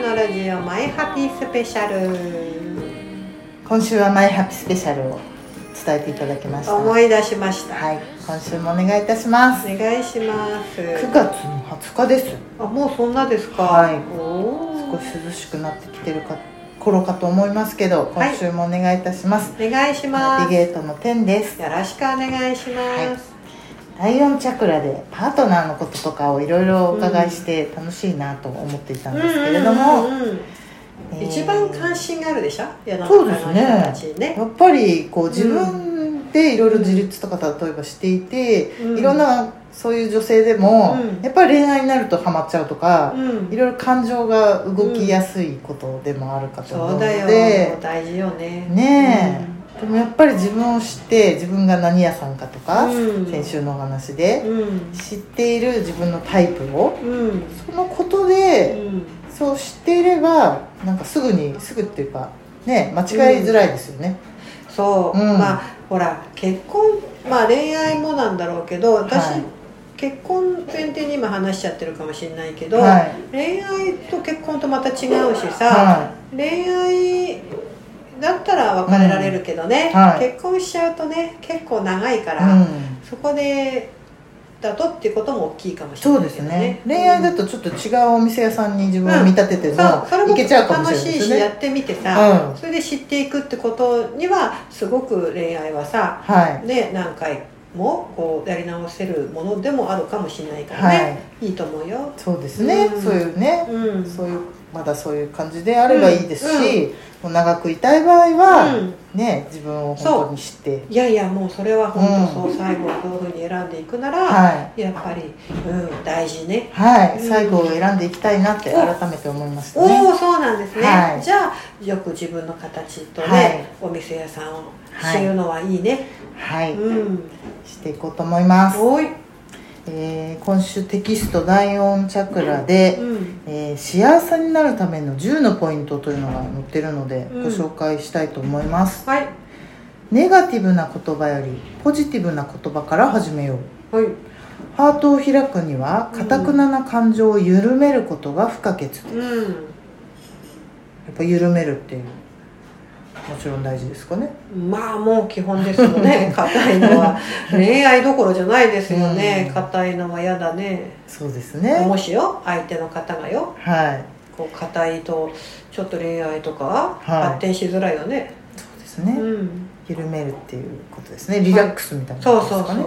のラジオマイハピースペシャル。 今週はマイハピスペシャルを伝えていただきました。 思い出しました。 はい、今週もお願いいたします。 お願いします。 9月の20日です。 あ、もうそんなですか。 はい、 お少し涼しくなってきてる頃かと思いますけど、今週もお願いいたします。 お願いします。 ナビゲートの10です。 よろしくお願いします。 第4チャクラでパートナーのこととかをいろいろお伺いして楽しいなと思っていたんですけれども、 一番関心があるでしょ、世のそう中のです人たちにね。 やっぱりこう自分でいろいろ自立とか例えばしていて、いろんなそういう女性でも、やっぱり恋愛になるとハマっちゃうとか、いろいろ感情が動きやすいことでもあるかと思うので、 そうだよ、大事よね。 ねえ、でもやっぱり自分を知って自分が何屋さんかとか、先週のお話で、知っている自分のタイプを、そのことで、そう知っていればなんかすぐっていうかね、間違いづらいですよね。 そう、まあほら結婚、まあ恋愛もなんだろうけど、私、結婚前提に今話しちゃってるかもしれないけど、恋愛と結婚とまた違うしさ、恋愛だったら別れられるけどね、結婚しちゃうとね結構長いから、そこでだとっていうことも大きいかもしれないけどね。そうですね、 恋愛だとちょっと違うお店屋さんに自分を見立ててもいけちゃうかもしれないですね。楽しいしやってみてさ、それで知っていくってことにはすごく恋愛はさ、ね、何回もこうやり直せるものでもあるかもしれないからね、いいと思うよ。そうですね、そういうね、そういうまだそういう感じであればいいですし、もう長くいたい場合は、ね、自分を本当に知って、いやもうそれは本当そう、最後どういうふうに選んでいくなら、やっぱり、大事ね。 最後を選んでいきたいなって改めて思いましたね。 おお、そうなんですね。じゃあよく自分の形とね、お店屋さんを知るのはいいね。 していこうと思います。今週テキスト第4チャクラで、幸せになるための10のポイントというのが載っているので、ご紹介したいと思います。ネガティブな言葉よりポジティブな言葉から始めよう。ハートを開くには堅くなな感情を緩めることが不可欠です。やっぱ緩めるっていう、もちろん大事ですかね。まあもう基本ですよね。硬いのは恋愛どころじゃないですよね。硬いのは嫌だね。そうですね。もしよ、相手の方がよ、こう硬いとちょっと恋愛とか発展しづらいよね。そうですね、緩めるっていうことですね。リラックスみたいなことですかね。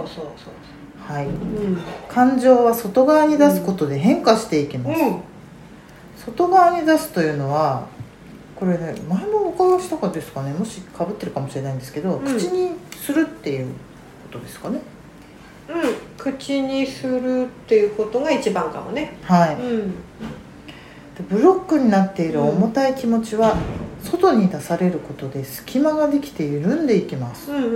感情は外側に出すことで変化していきます。外側に出すというのは、これね、前もお伺いしたかですかね、もしかぶってるかもしれないんですけど、口にするっていうことですかね。口にするっていうことが一番かもね。ブロックになっている重たい気持ちは外に出されることで隙間ができて緩んでいきます。そう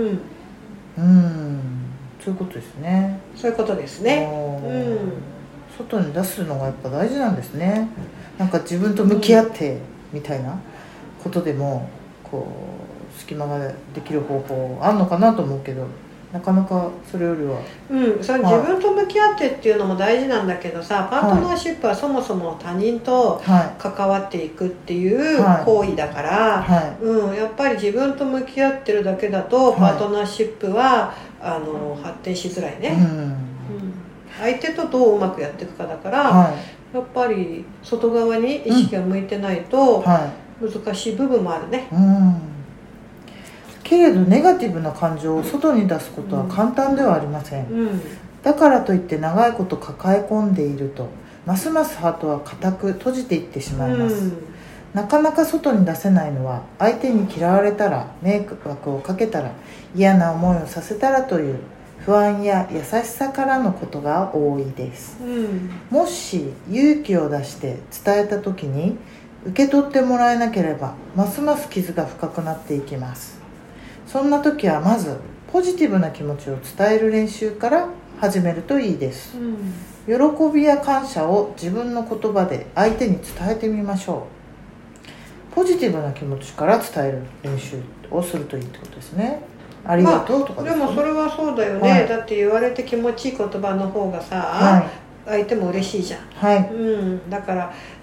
いうことですね。そういうことですね。外に出すのがやっぱ大事なんですね。なんか自分と向き合ってみたいなことでもこう隙間ができる方法あるのかなと思うけど、なかなかそれよりはそれ自分と向き合ってっていうのも大事なんだけどさ、パートナーシップはそもそも他人と関わっていくっていう行為だから、やっぱり自分と向き合ってるだけだとパートナーシップは発展しづらいね。相手とどううまくやっていくかだから、やっぱり外側に意識が向いてないと難しい部分もあるね。けれどネガティブな感情を外に出すことは簡単ではありません。だからといって長いこと抱え込んでいるとますますハートは固く閉じていってしまいます。なかなか外に出せないのは、相手に嫌われたら、迷惑をかけたら、嫌な思いをさせたらという不安や優しさからのことが多いです。もし勇気を出して伝えた時に受け取ってもらえなければ、ますます傷が深くなっていきます。そんな時はまずポジティブな気持ちを伝える練習から始めるといいです。喜びや感謝を自分の言葉で相手に伝えてみましょう。ポジティブな気持ちから伝える練習をするといいってことですね。ありがとうとかですかね。でもそれはそうだよね、だって言われて気持ちいい言葉の方がさ、相手も嬉しいじゃん、だから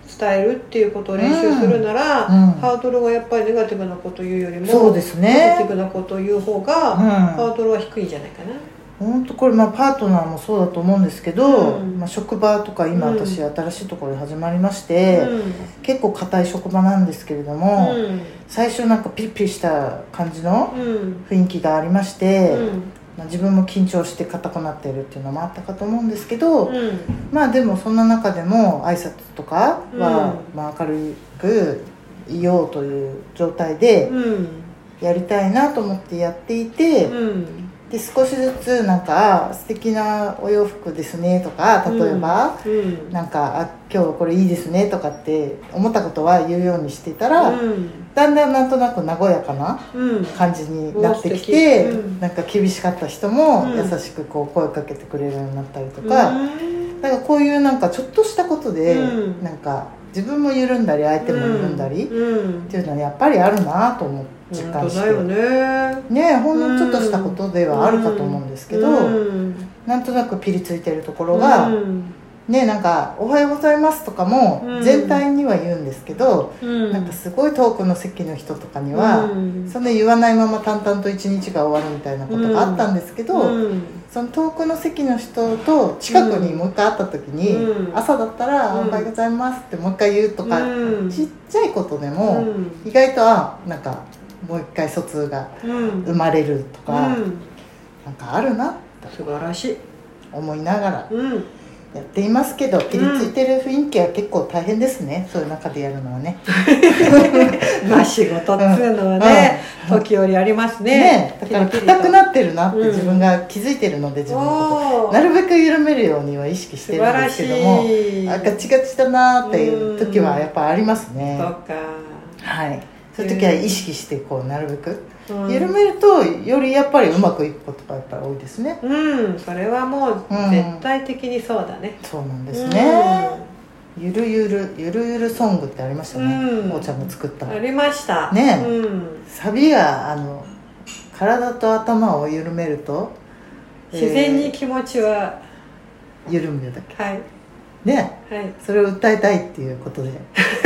伝えるっていうことを練習するなら、ハードルはやっぱりネガティブなことを言うよりもそうですね、 ポジティブなことを言う方が、ハードルは低いんじゃないかな。 本当これパートナーもそうだと思うんですけど、職場とか今私新しいところで始まりまして、結構硬い職場なんですけれども、最初なんかピリピリした感じの雰囲気がありまして、自分も緊張して硬くなっているっていうのもあったかと思うんですけど、でもそんな中でも挨拶とかは、明るくいようという状態でやりたいなと思ってやっていて、で少しずつなんか素敵なお洋服ですねとか、例えば、なんか今日これいいですねとかって思ったことは言うようにしていたら、だんだんなんとなく和やかな感じになってきて、なんか厳しかった人も優しくこう声をかけてくれるようになったりとか、だからこういうなんかちょっとしたことで、なんか自分も緩んだり相手も緩んだりっていうのはやっぱりあるなと思って実感して、 本当だよね、 ほんのちょっとしたことではあるかと思うんですけど、なんとなくピリついてるところが、なんか「おはようございます」とかも全体には言うんですけど、なんかすごい遠くの席の人とかには、そんな言わないまま淡々と一日が終わるみたいなことがあったんですけど、その遠くの席の人と近くにもう一回会った時に、朝だったら「おはようございます」ってもう一回言うとか、ちっちゃいことでも意外となんかもう一回疎通が生まれるとか、なんかあるなって素晴らしい思いながらやっていますけど、ピリついてる雰囲気は結構大変ですね、そういう中でやるのはね。 仕事っていうのはね、時折ありますね。 だから硬くなってるなって自分が気づいてるので、自分のことなるべく緩めるようには意識してるんですけども、ガチガチだなっていう時はやっぱありますね。 そうか、 はい、そういう時は意識してこうなるべく緩めると、よりやっぱりうまくいくことがやっぱり多いですね。 それはもう絶対的にそうだね。 そうなんですね。ゆるゆるソングってありましたね、おーちゃんが作った。 ありましたね。サビが体と頭を緩めると自然に気持ちは緩むよだっけ。 はいね、それを訴えたいっていうことで。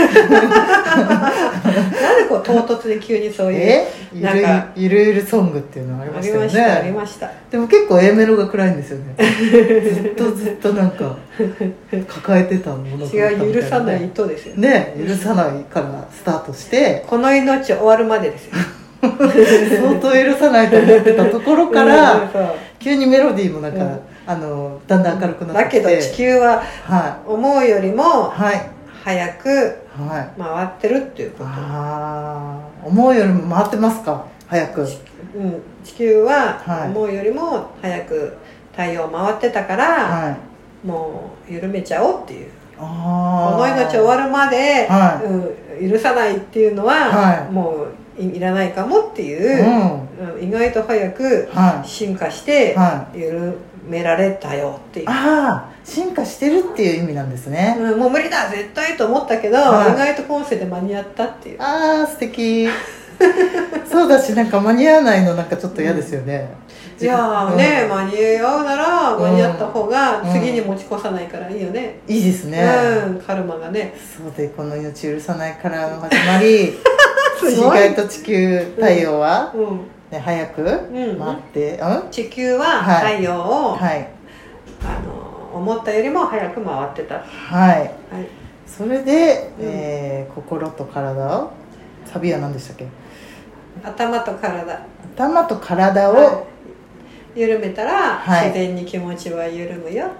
なんでこう唐突に急にそういうゆるゆるソングっていうのがありましたよね。 ありました。 でも結構 A メロが暗いんですよね。ずっとなんか抱えてたものだったみたいな。 違う、許さない糸ですよね。 許さないからスタートして、 この命終わるまでですよ。 相当許さないと思ってたところから急にメロディーもなんか、だんだん明るくなってきて、 だけど地球は思うよりも早く回ってるっていうこと。 思うよりも回ってますか、早く。 地球は思うよりも早く太陽回ってたから、もう緩めちゃおうっていう、この命終わるまで許さないっていうのはもういらないかもっていう、意外と早く進化して緩められたよっていう。 進化してるっていう意味なんですね。 もう無理だ絶対と思ったけど、意外と今世で間に合ったっていう。 素敵。そうだし、なんか間に合わないのなんかちょっと嫌ですよね。 いや間に合うなら間に合った方が次に持ち越さないからいいよね。 いいですね。 カルマがね。 そうで、この命許さないからの始まり、意外と地球太陽は早く回って、 地球は太陽を思ったよりも早く回ってた。それで心と体を、サビは何でしたっけ。 頭と体を緩めたら自然に気持ちは緩むよって。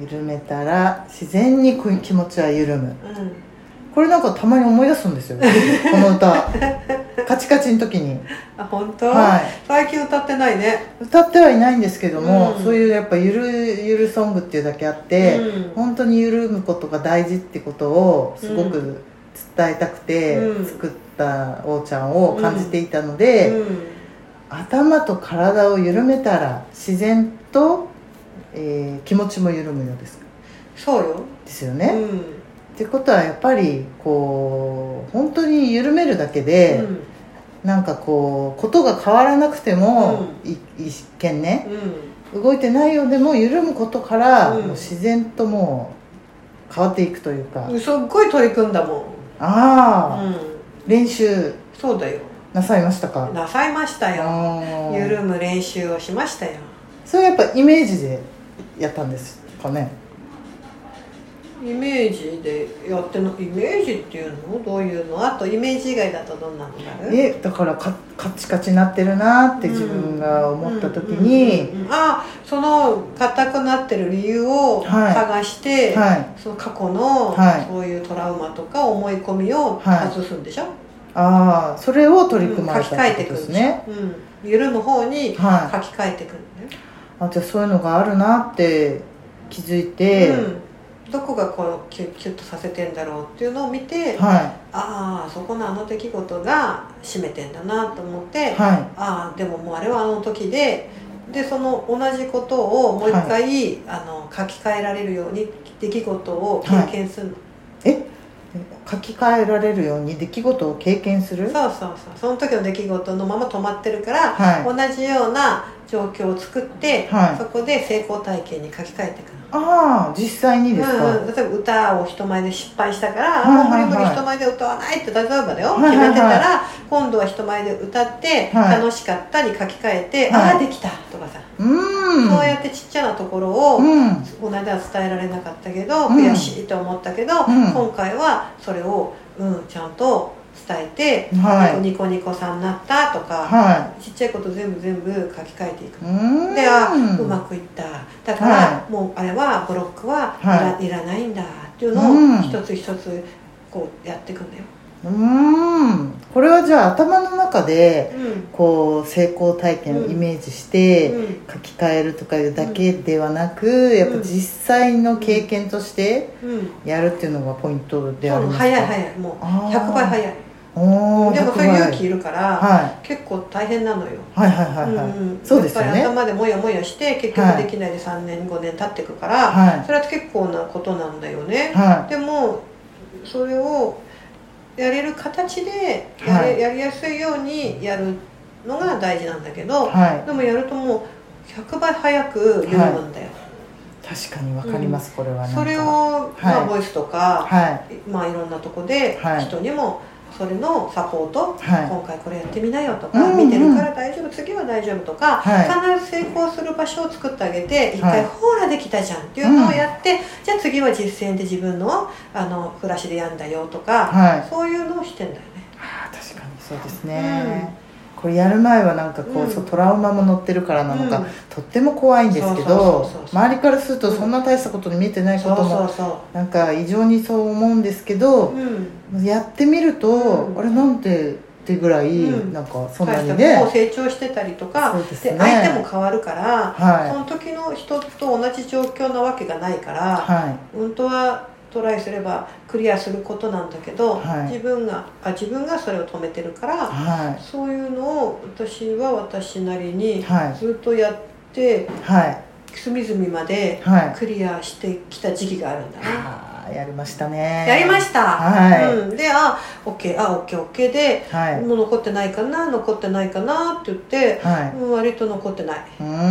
緩めたら自然に気持ちは緩む。これなんかたまに思い出すんですよこの歌。カチカチの時に。 本当？最近歌ってないね。 歌ってはいないんですけども、そういうやっぱゆるソングっていうだけあって、本当に緩むことが大事ってことをすごく伝えたくて作ったおーちゃんを感じていたので、頭と体を緩めたら自然と、気持ちも緩むようです。 そうよ。 ですよね。ってことはやっぱりこう本当に緩めるだけで、なんかこうことが変わらなくても、一見ね、動いてないようでも緩むことから、もう自然ともう変わっていくというか。 すっごい取り組んだもん。 ああ、練習そうだよ。 なさいましたか？ なさいましたよ。緩む練習をしましたよ。 それはやっぱイメージでやったんですかね？ イメージでやっての、イメージっていうのどういうの？あとイメージ以外だとどんなのがある？ だからカチカチになってるなって自分が思った時に、 その硬くなってる理由を探して、その過去のそういうトラウマとか思い込みを外すんでしょ？ ああ、それを取り組まれたってことですね。 緩む方に書き換えていくんだよ。 じゃあそういうのがあるなって気づいて、 どこがこうキュッとさせてんだろうっていうのを見て、そこのあの出来事が占めてんだなと思って、でももうあれはあの時でその同じことをもう一回、書き換えられるように出来事を経験するの。 書き換えられるように出来事を経験する？そうその時の出来事のまま止まってるから、同じような状況を作って、そこで成功体験に書き換えていくの。 実際にですか？ 例えば歌を人前で失敗したから、もう無理無理人前で歌わないって例えばだよ、決めてたら、今度は人前で歌って楽しかったに書き換えて、できたとかさ、そうやってちっちゃなところを、この間は伝えられなかったけど、悔しいと思ったけど、今回はそれを、ちゃんと伝えて、ニコニコさんになったとか、ちっちゃいこと全部書き換えていく。で、うまくいった。だから、もうあれはブロックはいらないんだっていうのを一つ一つこうやっていくんだよ。 これはじゃあ頭の中でこう成功体験をイメージして書き換えるとかいうだけではなく、やっぱ実際の経験としてやるっていうのがポイントでありますか？ 早い、もう100倍早い。でもそれ勇気いるから、結構大変なのよ。 そうですよね。 やっぱり頭でモヤモヤして結局できないで3年5年経っていくから、それは結構なことなんだよね。でもそれをやれる形でやりやすいようにやるのが大事なんだけど、でもやるともう100倍早く緩むんだよ。 確かに分かります、これは。 それをボイスとかいろんなとこで人にもそれのサポート、今回これやってみなよとか、見てるから大丈夫、次は大丈夫とか、必ず成功する場所を作ってあげて、一回ほらできたじゃんっていうのをやって、じゃあ次は実践で自分の暮らしでやんだよとか、そういうのをしてんだよね。 確かにそうですね。これやる前はなんかこう、トラウマも乗ってるからなのか、とっても怖いんですけど、周りからするとそんな大したことに見えてないこともなんか異常にそう思うんですけど、やってみると、あれなんてってぐらい、なんかそんなにね、 もう成長してたりとかで、相手も変わるから、その時の人と同じ状況なわけがないから、本当はトライすればクリアすることなんだけど、自分がそれを止めてるから、そういうのを私は私なりにずっとやって、隅々までクリアしてきた時期があるんだな。 やりましたね。 やりました。で、オッケーで、もう残ってないかなって言って、割と残ってない。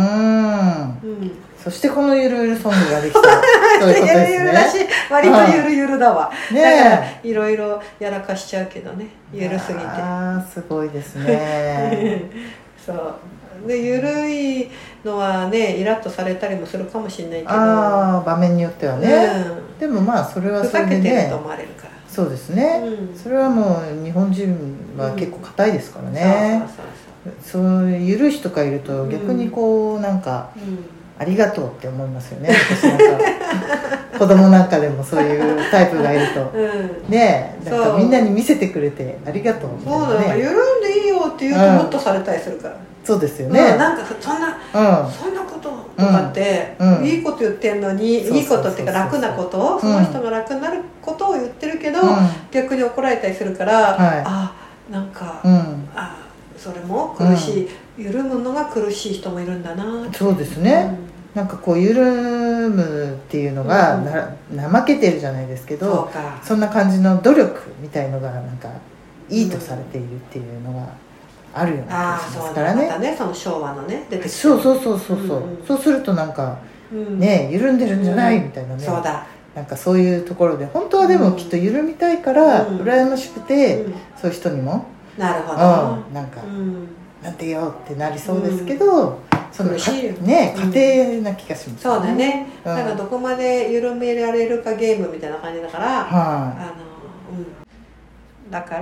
そしてこのゆるゆるソングができた。そういうことですね。 ゆるゆるだし、割とゆるゆるだわ。だからいろいろやらかしちゃうけどね、ゆるすぎて。 すごいですね。 そうで、ゆるいのはね、イラッとされたりもするかもしれないけど、 場面によってはね。でもまあそれはそれでね、ふざけてると思われるから。 そうですね。それはもう日本人は結構硬いですからね。そういうゆるい人がいると逆にこうなんか、ありがとうって思いますよね。私なんか子供なんかでもそういうタイプがいると、ね、なんかみんなに見せてくれてありがとうみたいなね。そうだよ、緩んでいいよって言うともっとされたりするから。そうですよね。なんかそんなこととかって、いいこと言ってんのに、いいことっていうか楽なこと、その人が楽になることを言ってるけど、逆に怒られたりするから、なんかそれも苦しい、緩むのが苦しい人もいるんだな。そうですね。なんかこう緩むっていうのが怠けてるじゃないですけど、そんな感じの努力みたいのがなんかいいとされているっていうのがあるような気がしますからね。またね、その昭和のね出てきて、そうするとなんかね、緩んでるんじゃないみたいなね。そうだ、 なんかそういうところで本当はでもきっと緩みたいから羨ましくて、そういう人にもなるほど、 なんか、なんてよってなりそうですけど、そのね、家庭な気がしますね。 そうだね、なんかどこまで緩められるかゲームみたいな感じだから、だから、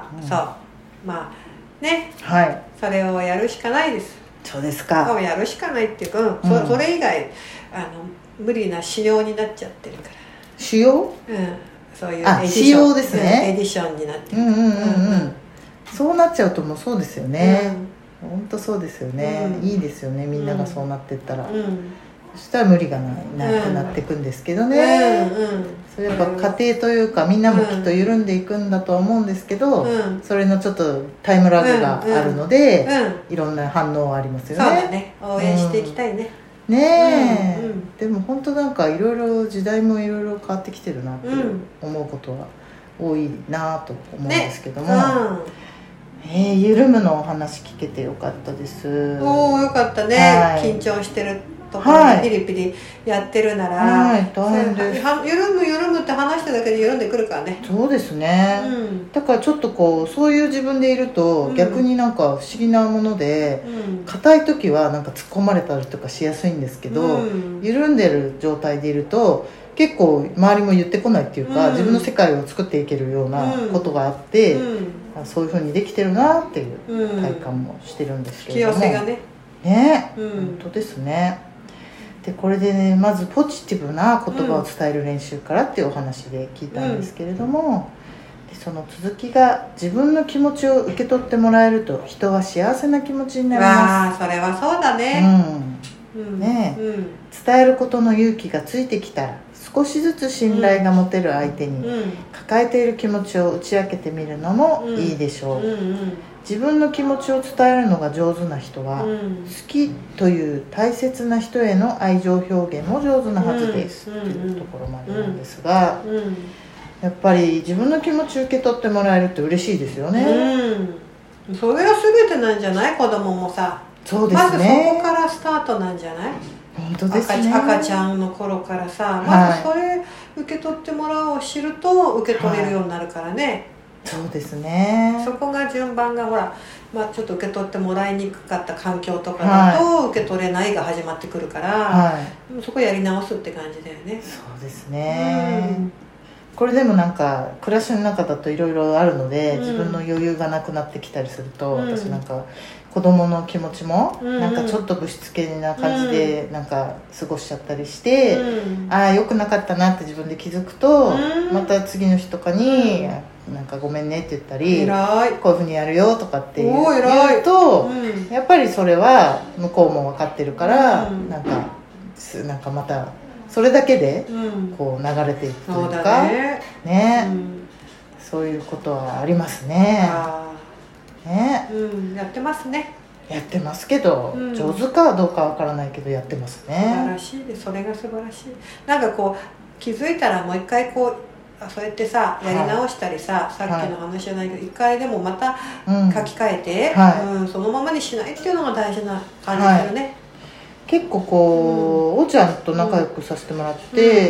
そうまあね、それをやるしかないです。 そうですか。 やるしかないっていうか、それ以外無理な仕様になっちゃってるから。 仕様？ そういう仕様ですね。エディションになってる。 そうなっちゃうともうそうですよね。本当そうですよね。いいですよね、みんながそうなってったら。そしたら無理がなくなっていくんですけどね。それやっぱ家庭というかみんなもきっと緩んでいくんだとは思うんですけど、それのちょっとタイムラグがあるので、いろんな反応はありますよね。 そうだね、応援していきたいね。 ねえ、でも本当なんかいろいろ時代もいろいろ変わってきてるなって思うことは多いなと思うんですけども、緩むのお話聞けてよかったです。 おお、よかったね。緊張してるところでピリピリやってるなら、 大変です。 緩むって話しただけで緩んでくるからね。 そうですね、だからちょっとこうそういう自分でいると、逆になんか不思議なもので、硬い時はなんか突っ込まれたりとかしやすいんですけど、緩んでる状態でいると結構周りも言ってこないっていうか、自分の世界を作っていけるようなことがあって、そういう風にできてるなっていう体感もしてるんですけれども、 引き寄せがね、本当ですね。でこれでね、まずポジティブな言葉を伝える練習からっていうお話で聞いたんですけれども、でその続きが、自分の気持ちを受け取ってもらえると人は幸せな気持ちになります。 それはそうだね。 伝えることの勇気がついてきたら、少しずつ信頼が持てる相手に抱えている気持ちを打ち明けてみるのもいいでしょう。自分の気持ちを伝えるのが上手な人は、好きという大切な人への愛情表現も上手なはずですというところまでなんですが、やっぱり自分の気持ちを受け取ってもらえるって嬉しいですよね。 それが全てなんじゃない？子供もさ、 そうですね、 まずそこからスタートなんじゃない？ 本当ですね。 赤ちゃんの頃からさ、まずそれ受け取ってもらうを知ると受け取れるようになるからね。 そうですね。 そこが順番がほら、ちょっと受け取ってもらいにくかった環境とかだと、受け取れないが始まってくるから、そこやり直すって感じだよね。 そうですね、これでもなんか暮らしの中だといろいろあるので、自分の余裕がなくなってきたりすると、私なんか子供の気持ちもなんかちょっとぶしつけな感じでなんか過ごしちゃったりして、ああ良くなかったなって自分で気づくと、また次の日とかになんかごめんねって言ったり、こういうふうにやるよとかって言うと、やっぱりそれは向こうも分かってるから、なんかまたそれだけでこう流れていくというか、そういうことはありますね。 やってますね。 やってますけど、上手かどうかわからないけどやってますね。 素晴らしいです。それが素晴らしい。なんかこう気づいたらもう一回こうそうやってさやり直したりさ、さっきの話じゃないけど、一回でもまた書き換えて、そのままにしないっていうのが大事な感じするね。 結構こう、おちゃんと仲良くさせてもらって、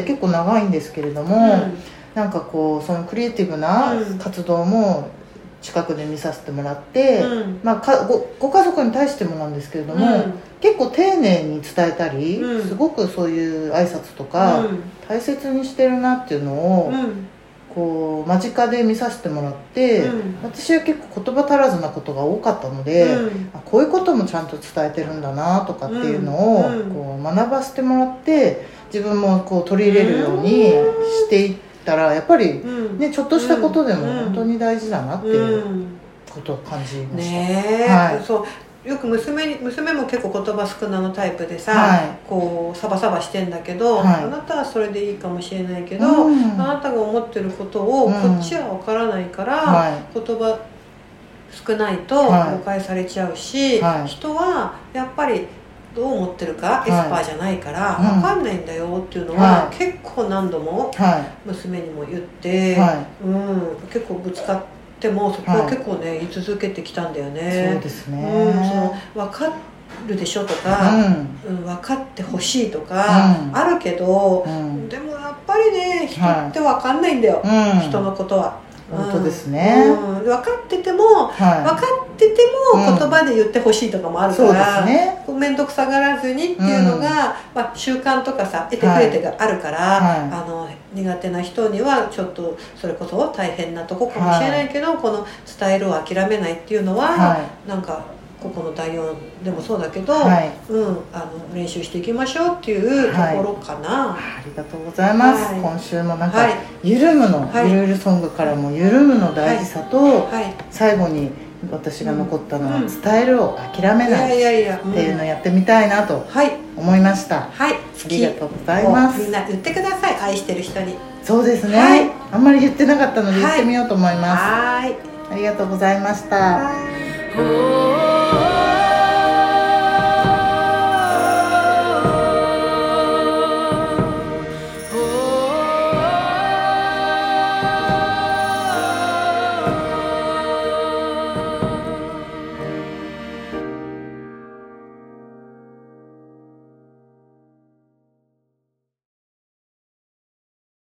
結構長いんですけれども、なんかこうそのクリエイティブな活動も近くで見させてもらって、ご家族に対してもなんですけれども、結構丁寧に伝えたり、すごくそういう挨拶とか大切にしてるなっていうのを、こう間近で見させてもらって、私は結構言葉足らずなことが多かったので、こういうこともちゃんと伝えてるんだなとかっていうのをこう学ばせてもらって、自分もこう取り入れるようにしていったら、やっぱり、ちょっとしたことでも本当に大事だなっていうことを感じました。 そうよく娘も結構言葉少なのタイプでさ、こうサバサバしてんだけど、あなたはそれでいいかもしれないけど、あなたが思ってることをこっちは分からないから、言葉少ないと誤解されちゃうし、人はやっぱりどう思ってるかエスパーじゃないから分かんないんだよっていうのは結構何度も娘にも言って、結構ぶつかってもそこは結構ね言い続けてきたんだよね。 そうですね。 分かるでしょとか、分かってほしいとかあるけど、でもやっぱりね、人って分かんないんだよ、人のことは。 本当ですね、 分かってても、分かってても言葉で言ってほしいとかもあるから、面倒くさがらずにっていうのが、習慣とかさ、得てくれてがあるから、苦手な人にはちょっとそれこそ大変なとこかもしれないけど、この伝えるを諦めないっていうのは、なんかここの第4でもそうだけど、練習していきましょうっていうところかな。 ありがとうございます。今週もなんか緩むの、ゆるゆるソングからも緩むの大事さと、最後に私が残ったのは伝えるを諦めないっていうのをやってみたいなと思いました。ありがとうございます。 みんな言ってください、愛してる人に。 そうですね、あんまり言ってなかったので言ってみようと思います。ありがとうございました。